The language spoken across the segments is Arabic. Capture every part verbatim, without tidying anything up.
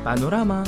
بانوراما.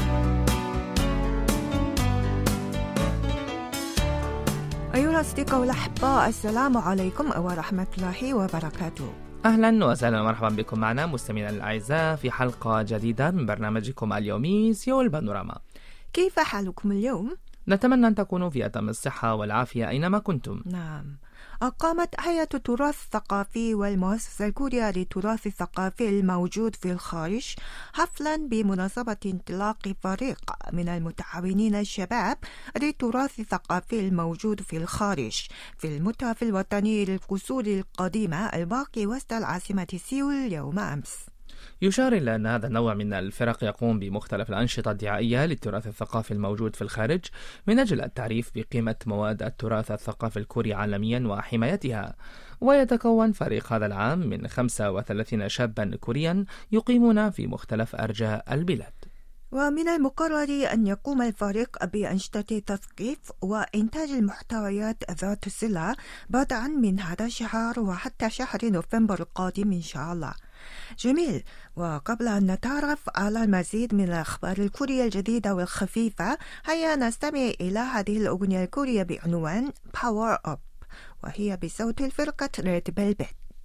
أيها الأصدقاء الأحباء، السلام عليكم ورحمة الله وبركاته. أهلا وسهلا ومرحبا بكم معنا مستمعينا الأعزاء في حلقة جديدة من برنامجكم اليومي سيول بانوراما. كيف حالكم اليوم؟ نتمنى أن تكونوا في أتم الصحة والعافية أينما كنتم. نعم. أقامت هيئة التراث الثقافي والمؤسسة الكورية للتراث الثقافي الموجود في الخارج حفلا بمناسبة انطلاق فريق من المتعاونين الشباب للتراث الثقافي الموجود في الخارج في المتحف الوطني للقصور القديمة الباقي وسط العاصمة سيول يوم أمس. يشار إلى أن هذا النوع من الفرق يقوم بمختلف الأنشطة الدعائية للتراث الثقافي الموجود في الخارج من أجل التعريف بقيمة مواد التراث الثقافي الكوري عالميا وحمايتها. ويتكون فريق هذا العام من خمسة وثلاثين شابا كوريا يقيمون في مختلف أرجاء البلاد. ومن المقرر أن يقوم الفريق بأنشطة تثقيف وإنتاج المحتويات ذات الصلة بدءا من هذا الشهر وحتى شهر نوفمبر القادم إن شاء الله. جميل. وقبل أن نتعرف على المزيد من الأخبار الكورية الجديدة والخفيفة، هيا نستمع إلى هذه الأغنية الكورية بعنوان Power Up، وهي بصوت الفرقة ريد فيلفت.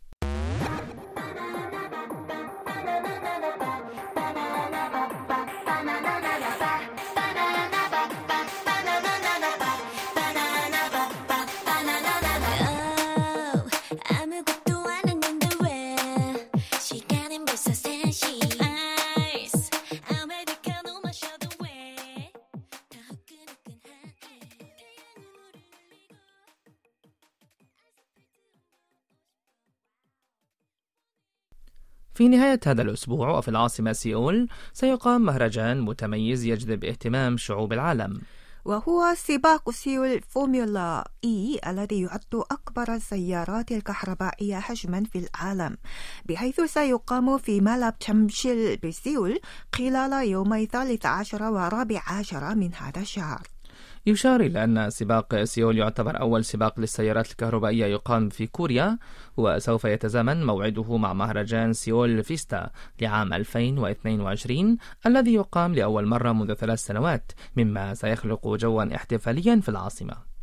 في نهاية هذا الأسبوع وفي العاصمة سيول سيقام مهرجان متميز يجذب اهتمام شعوب العالم، وهو سباق سيول فورمولا إي الذي يعد أكبر السيارات الكهربائية حجما في العالم، بحيث سيقام في ملعب تشمشيل بسيول خلال يومي ثالث عشر ورابع عشر من هذا الشهر. يشار إلى أن سباق سيول يعتبر أول سباق للسيارات الكهربائية يقام في كوريا، وسوف يتزامن موعده مع مهرجان سيول فيستا لعام ألفين واثنين وعشرين الذي يقام لأول مرة منذ ثلاث سنوات، مما سيخلق جوا احتفاليا في العاصمة.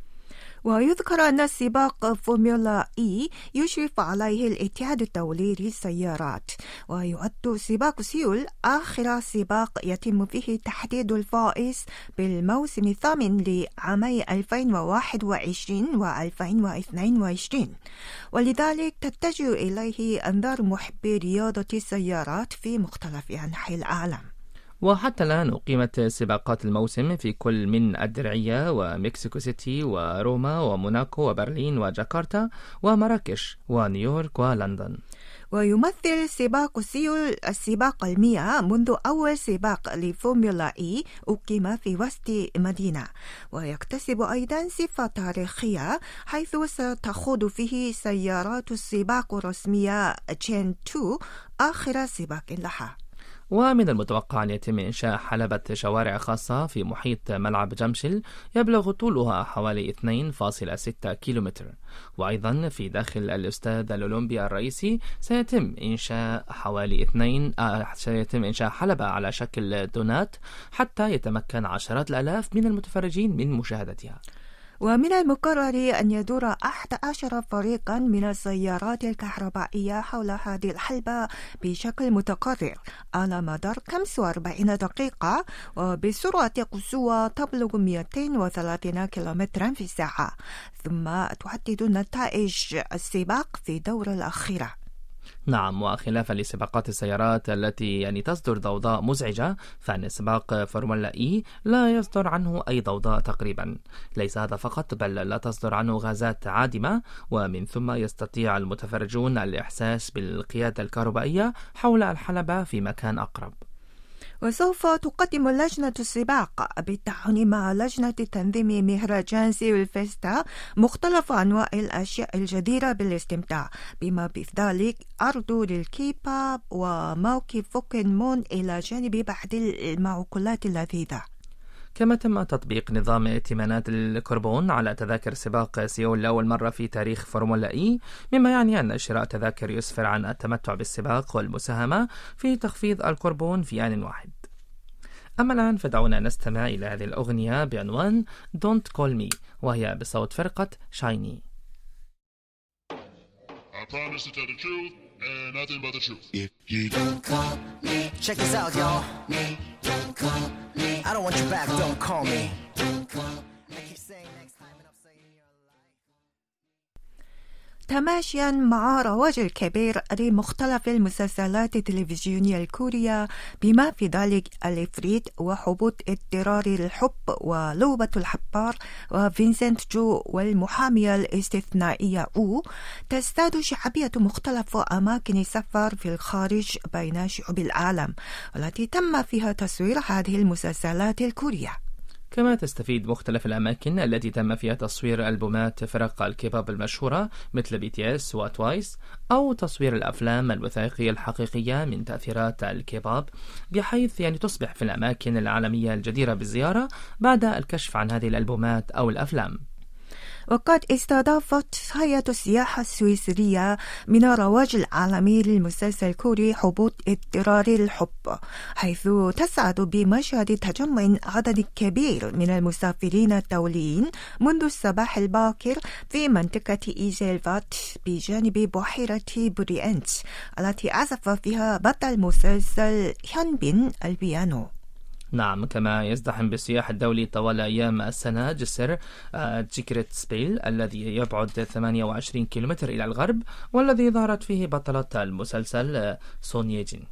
ويذكر أن سباق فورمولا إي يشرف عليه الاتحاد الدولي للسيارات، ويعد سباق سيول آخر سباق يتم فيه تحديد الفائز بالموسم الثامن لعامي ألفين وواحد وعشرين وألفين واثنين وعشرين، ولذلك تتجه إليه أنظار محبي رياضة السيارات في مختلف أنحاء العالم. وحتى الآن أقيمت سباقات الموسم في كل من الدرعية ومكسيكو سيتي وروما وموناكو وبرلين وجاكرتا ومراكش ونيويورك ولندن. ويمثل سباق سيول السباق المئة منذ أول سباق لفورمولا إي أقيم في وسط مدينة، ويكتسب أيضا صفة تاريخية حيث ستخوض فيه سيارات السباق الرسمية جين اثنين آخر سباق لها. ومن المتوقع أن يتم إنشاء حلبة شوارع خاصة في محيط ملعب جمشل يبلغ طولها حوالي اثنين فاصلة ستة كيلومتر، وأيضا في داخل الاستاد الأولمبي الرئيسي سيتم إنشاء حوالي اثنين آه سيتم إنشاء حلبة على شكل دونات حتى يتمكن عشرات الآلاف من المتفرجين من مشاهدتها. ومن المقرر أن يدور أحد عشر فريقا من السيارات الكهربائية حول هذه الحلبة بشكل متكرر على مدار خمسة وأربعين دقيقة وبسرعة قصوى تبلغ مئتين وثلاثين كيلومترا في الساعة، ثم تحدد نتائج السباق في الدورة الأخيرة. نعم، وخلافا لسباقات السيارات التي يعني تصدر ضوضاء مزعجة، فإن سباق فورمولا إي لا يصدر عنه أي ضوضاء تقريبا. ليس هذا فقط، بل لا تصدر عنه غازات عادمة، ومن ثم يستطيع المتفرجون الإحساس بالقيادة الكهربائية حول الحلبة في مكان أقرب. وسوف تقدم لجنة السباق بالتعاون مع لجنة تنظيم مهرجان سيول فيستا مختلف أنواع الأشياء الجديرة بالاستمتاع، بما في ذلك عرض للكيباب وموكب بوكيمون إلى جانب بعض المأكولات اللذيذة. كما تم تطبيق نظام ائتمانات الكربون على تذاكر سباق سيول لأول مرة في تاريخ فورمولا إي، مما يعني أن شراء تذاكر يسفر عن التمتع بالسباق والمساهمة في تخفيض الكربون في آن واحد. أما الآن فدعونا نستمع إلى هذه الأغنية بعنوان Don't Call Me، وهي بصوت فرقة شايني. I promise to tell the truth and nothing but the truth. If you don't call me, check this out, y'all. Me, don't call me. I don't want you back. Don't call me. Don't call. I keep saying next time, and I'm saying you're alive. تماشيا مع رواج الكبير لمختلف المسلسلات التلفزيونية الكورية بما في ذلك الإفريت وحبوط اضطرار الحب ولعبة الحبار وفينسنت جو والمحامية الاستثنائية أو، تزداد شعبية مختلف أماكن السفر في الخارج بين شعوب العالم والتي تم فيها تصوير هذه المسلسلات الكورية. كما تستفيد مختلف الأماكن التي تم فيها تصوير ألبومات فرق الكيبوب المشهورة مثل بي تي إس وتوايس، أو تصوير الأفلام الوثائقية الحقيقية من تأثيرات الكيبوب، بحيث يعني تصبح في الأماكن العالمية الجديرة بالزيارة بعد الكشف عن هذه الألبومات أو الأفلام. وقد استضافت هيئة السياحة السويسرية من الرواج العالمي للمسلسل الكوري حبوط اضطرار الحب، حيث تسعد بمشهد تجمع عدد كبير من المسافرين الدوليين منذ الصباح الباكر في منطقة إيزيلفات بجانب بحيرة بريانت التي عزف فيها بطل المسلسل هيونبين البيانو. نعم، كما يزدحم بالسياح الدولي طوال أيام السنة جسر جيكريت سبيل الذي يبعد ثمانية وعشرين كيلومتر إلى الغرب، والذي ظهرت فيه بطلة المسلسل سون يجين.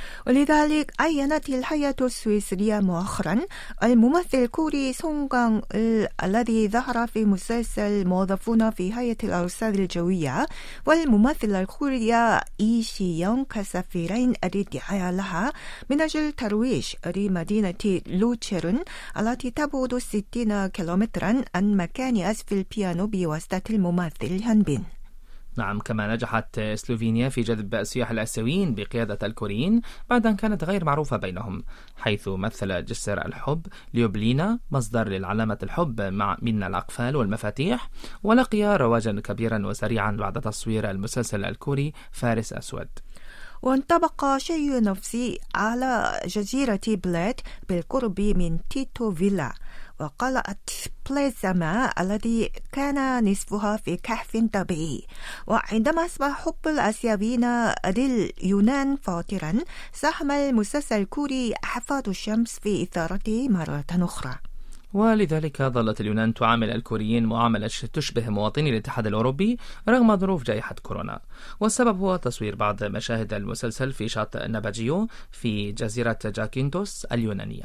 ولذلك عينت الهيئة السويسرية مؤخرا الممثل الكوري سون كانغ الذي ظهر في مسلسل موظفون في هيئة الأرصاد الجوية والممثلة الكورية إي شي يونغ كسفيرين للدعاية لها من أجل ترويج لمدينة لوتشيرن التي تبعد ستين كيلومترا عن مكان عزف البيانو بواسطة الممثل هيونبين. نعم، كما نجحت سلوفينيا في جذب السياح الآسيويين بقيادة الكوريين بعد أن كانت غير معروفة بينهم، حيث مثل جسر الحب ليوبلينا مصدر للعلامة الحب مع من الأقفال والمفاتيح، ولقي رواجا كبيرا وسريعا بعد تصوير المسلسل الكوري فارس أسود. وانطبق شيء نفسي على جزيرة بلاد بالقرب من تيتو فيلا وقلعت بليزاما الذي كان نصفها في كهف طبيعي. وعندما أصبح حب الآسيويين لليونان فاطرا، ساهم المسلسل الكوري أحفاد الشمس في إثارته مرة أخرى. ولذلك ظلت اليونان تعامل الكوريين معاملة تشبه مواطني الاتحاد الأوروبي رغم ظروف جائحة كورونا، والسبب هو تصوير بعض مشاهد المسلسل في شاطئ ناباجيو في جزيرة جاكينتوس اليونانية.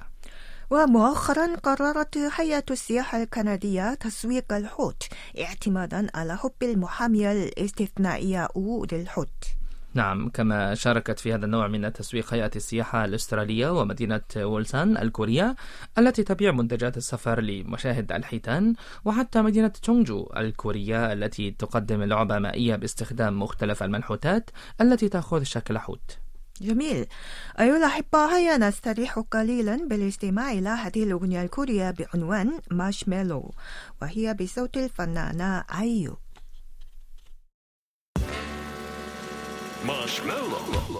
ومؤخرا قررت هيئة السياحة الكندية تسويق الحوت اعتمادا على حب المحامية الاستثنائية أو للحوت. نعم، كما شاركت في هذا النوع من التسويق هيئة السياحة الأسترالية ومدينة وولسان الكورية التي تبيع منتجات السفر لمشاهد الحيتان، وحتى مدينة تشونجو الكورية التي تقدم لعبة مائية باستخدام مختلف المنحوتات التي تأخذ شكل حوت. جميل. أيها الأحبة، هيا نستريح قليلا بالاستماع إلى هذه الأغنية الكورية بعنوان مارشميلو، وهي بصوت الفنانة آيو. مارشميلو.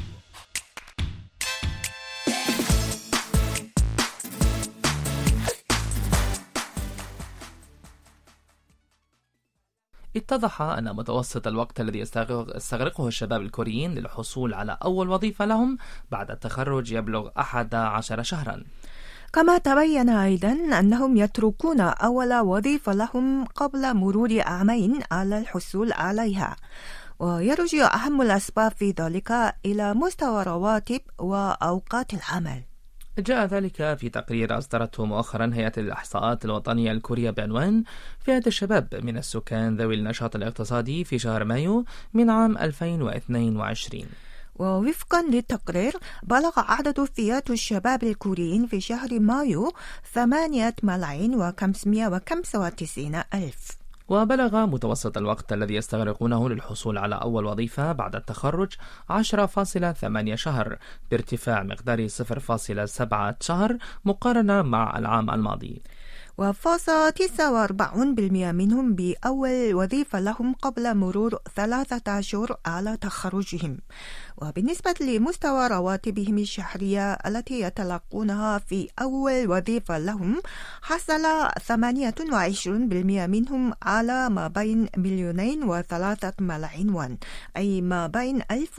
اتضح أن متوسط الوقت الذي يستغرقه الشباب الكوريين للحصول على أول وظيفة لهم بعد التخرج يبلغ أحد عشر شهرا. كما تبين أيضا أنهم يتركون أول وظيفة لهم قبل مرور عامين على الحصول عليها، ويرجع أهم الأسباب في ذلك إلى مستوى رواتب وأوقات العمل. جاء ذلك في تقرير أصدرته مؤخرا هيئة الإحصاءات الوطنية الكورية بعنوان فئة الشباب من السكان ذوي النشاط الاقتصادي في شهر مايو من عام ألفين واثنين وعشرين. ووفقا للتقرير بلغ عدد فئات الشباب الكوريين في شهر مايو ثمانية ملايين وخمسمائة وخمسة وتسعين ألف. وبلغ متوسط الوقت الذي يستغرقونه للحصول على أول وظيفة بعد التخرج عشرة فاصلة ثمانية شهر، بارتفاع مقدار صفر فاصلة سبعة شهر مقارنة مع العام الماضي. وفاز تسعة وأربعين بالمئة منهم بأول وظيفة لهم قبل مرور ثلاثة أشهر على تخرجهم. وبالنسبة لمستوى رواتبهم الشهرية التي يتلقونها في أول وظيفة لهم، حصل ثمانية وعشرين بالمئة منهم على ما بين مليونين وثلاثة ملايين وون، أي ما بين ألف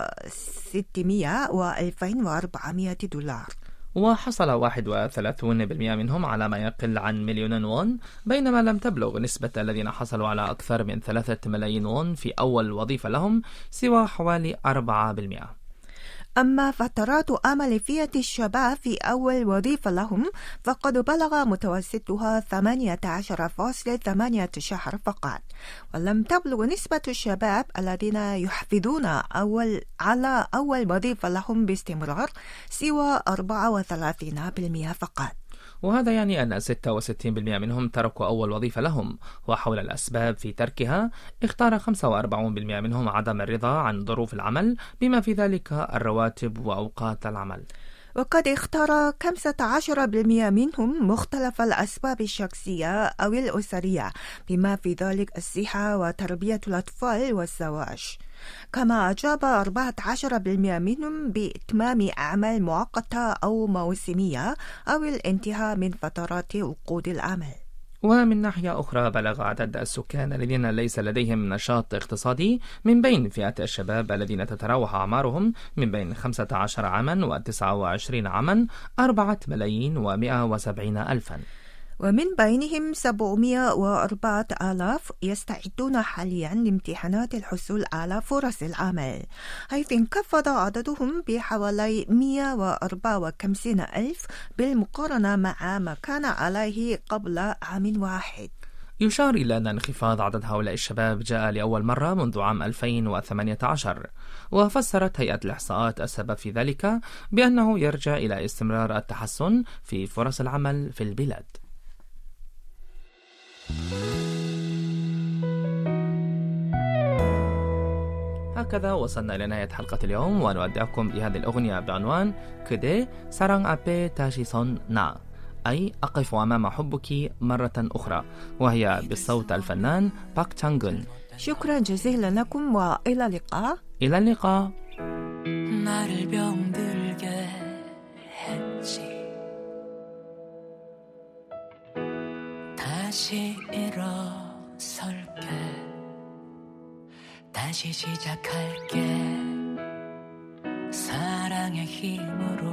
وستمئة وألفين وأربعمئة دولار. وحصل واحد وثلاثين بالمئة منهم على ما يقل عن مليون وون، بينما لم تبلغ نسبة الذين حصلوا على أكثر من ثلاثة ملايين وون في أول وظيفة لهم سوى حوالي أربعة بالمئة. أما فترات عمل فئة الشباب في أول وظيفة لهم فقد بلغ متوسطها ثمانية عشر فاصلة ثمانية شهر فقط، ولم تبلغ نسبة الشباب الذين يحافظون أول على أول وظيفة لهم باستمرار سوى أربعة وثلاثين بالمئة فقط. وهذا يعني أن ستة وستين بالمئة منهم تركوا أول وظيفة لهم. وحول الأسباب في تركها، اختار خمسة وأربعين بالمئة منهم عدم الرضا عن ظروف العمل، بما في ذلك الرواتب وأوقات العمل. وقد اختار خمسة عشر بالمئة منهم مختلف الأسباب الشخصية أو الأسرية، بما في ذلك الصحة وتربية الأطفال والزواج. كما أجاب أربعة عشر بالمئة منهم بإتمام أعمال مؤقتة أو موسمية أو الانتهاء من فترات عقود العمل. ومن ناحية أخرى، بلغ عدد السكان الذين ليس لديهم نشاط اقتصادي من بين فئات الشباب الذين تتراوح أعمارهم من بين خمسة عشر عاما وتسعة وعشرين عاما أربعة ملايين ومئة وسبعين ألفا، ومن بينهم سبعمئة وأربعة آلاف يستعدون حاليا لامتحانات الحصول على فرص العمل، حيث انخفض عددهم بحوالي مئة وأربعة وخمسين ألف بالمقارنة مع ما كان عليه قبل عام واحد. يشار إلى أن انخفاض عدد هؤلاء الشباب جاء لأول مرة منذ عام ألفين وثمانية عشر، وفسرت هيئة الإحصاءات السبب في ذلك بأنه يرجع إلى استمرار التحسن في فرص العمل في البلاد. هكذا وصلنا إلى نهاية حلقة اليوم، ونودعكم بهذه الأغنية بعنوان كده 사랑 앞에 다시 섰나، أي أقف أمام حبك مرة أخرى، وهي بالصوت الفنان باك تشانغون. شكرا جزيلا لكم وإلى اللقاء. إلى اللقاء. 나를 병들게 했지. 다시 일어설게. 다시 시작할게. 사랑의 힘으로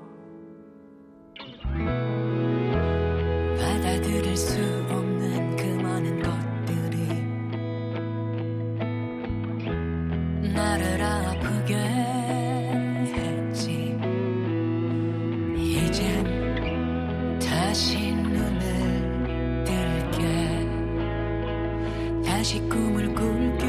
받아들일 수 없는 그 많은 것들이 나를 아프게 했지. 이젠 다시 눈을 뜰게. 다시 꿈을 꿀게.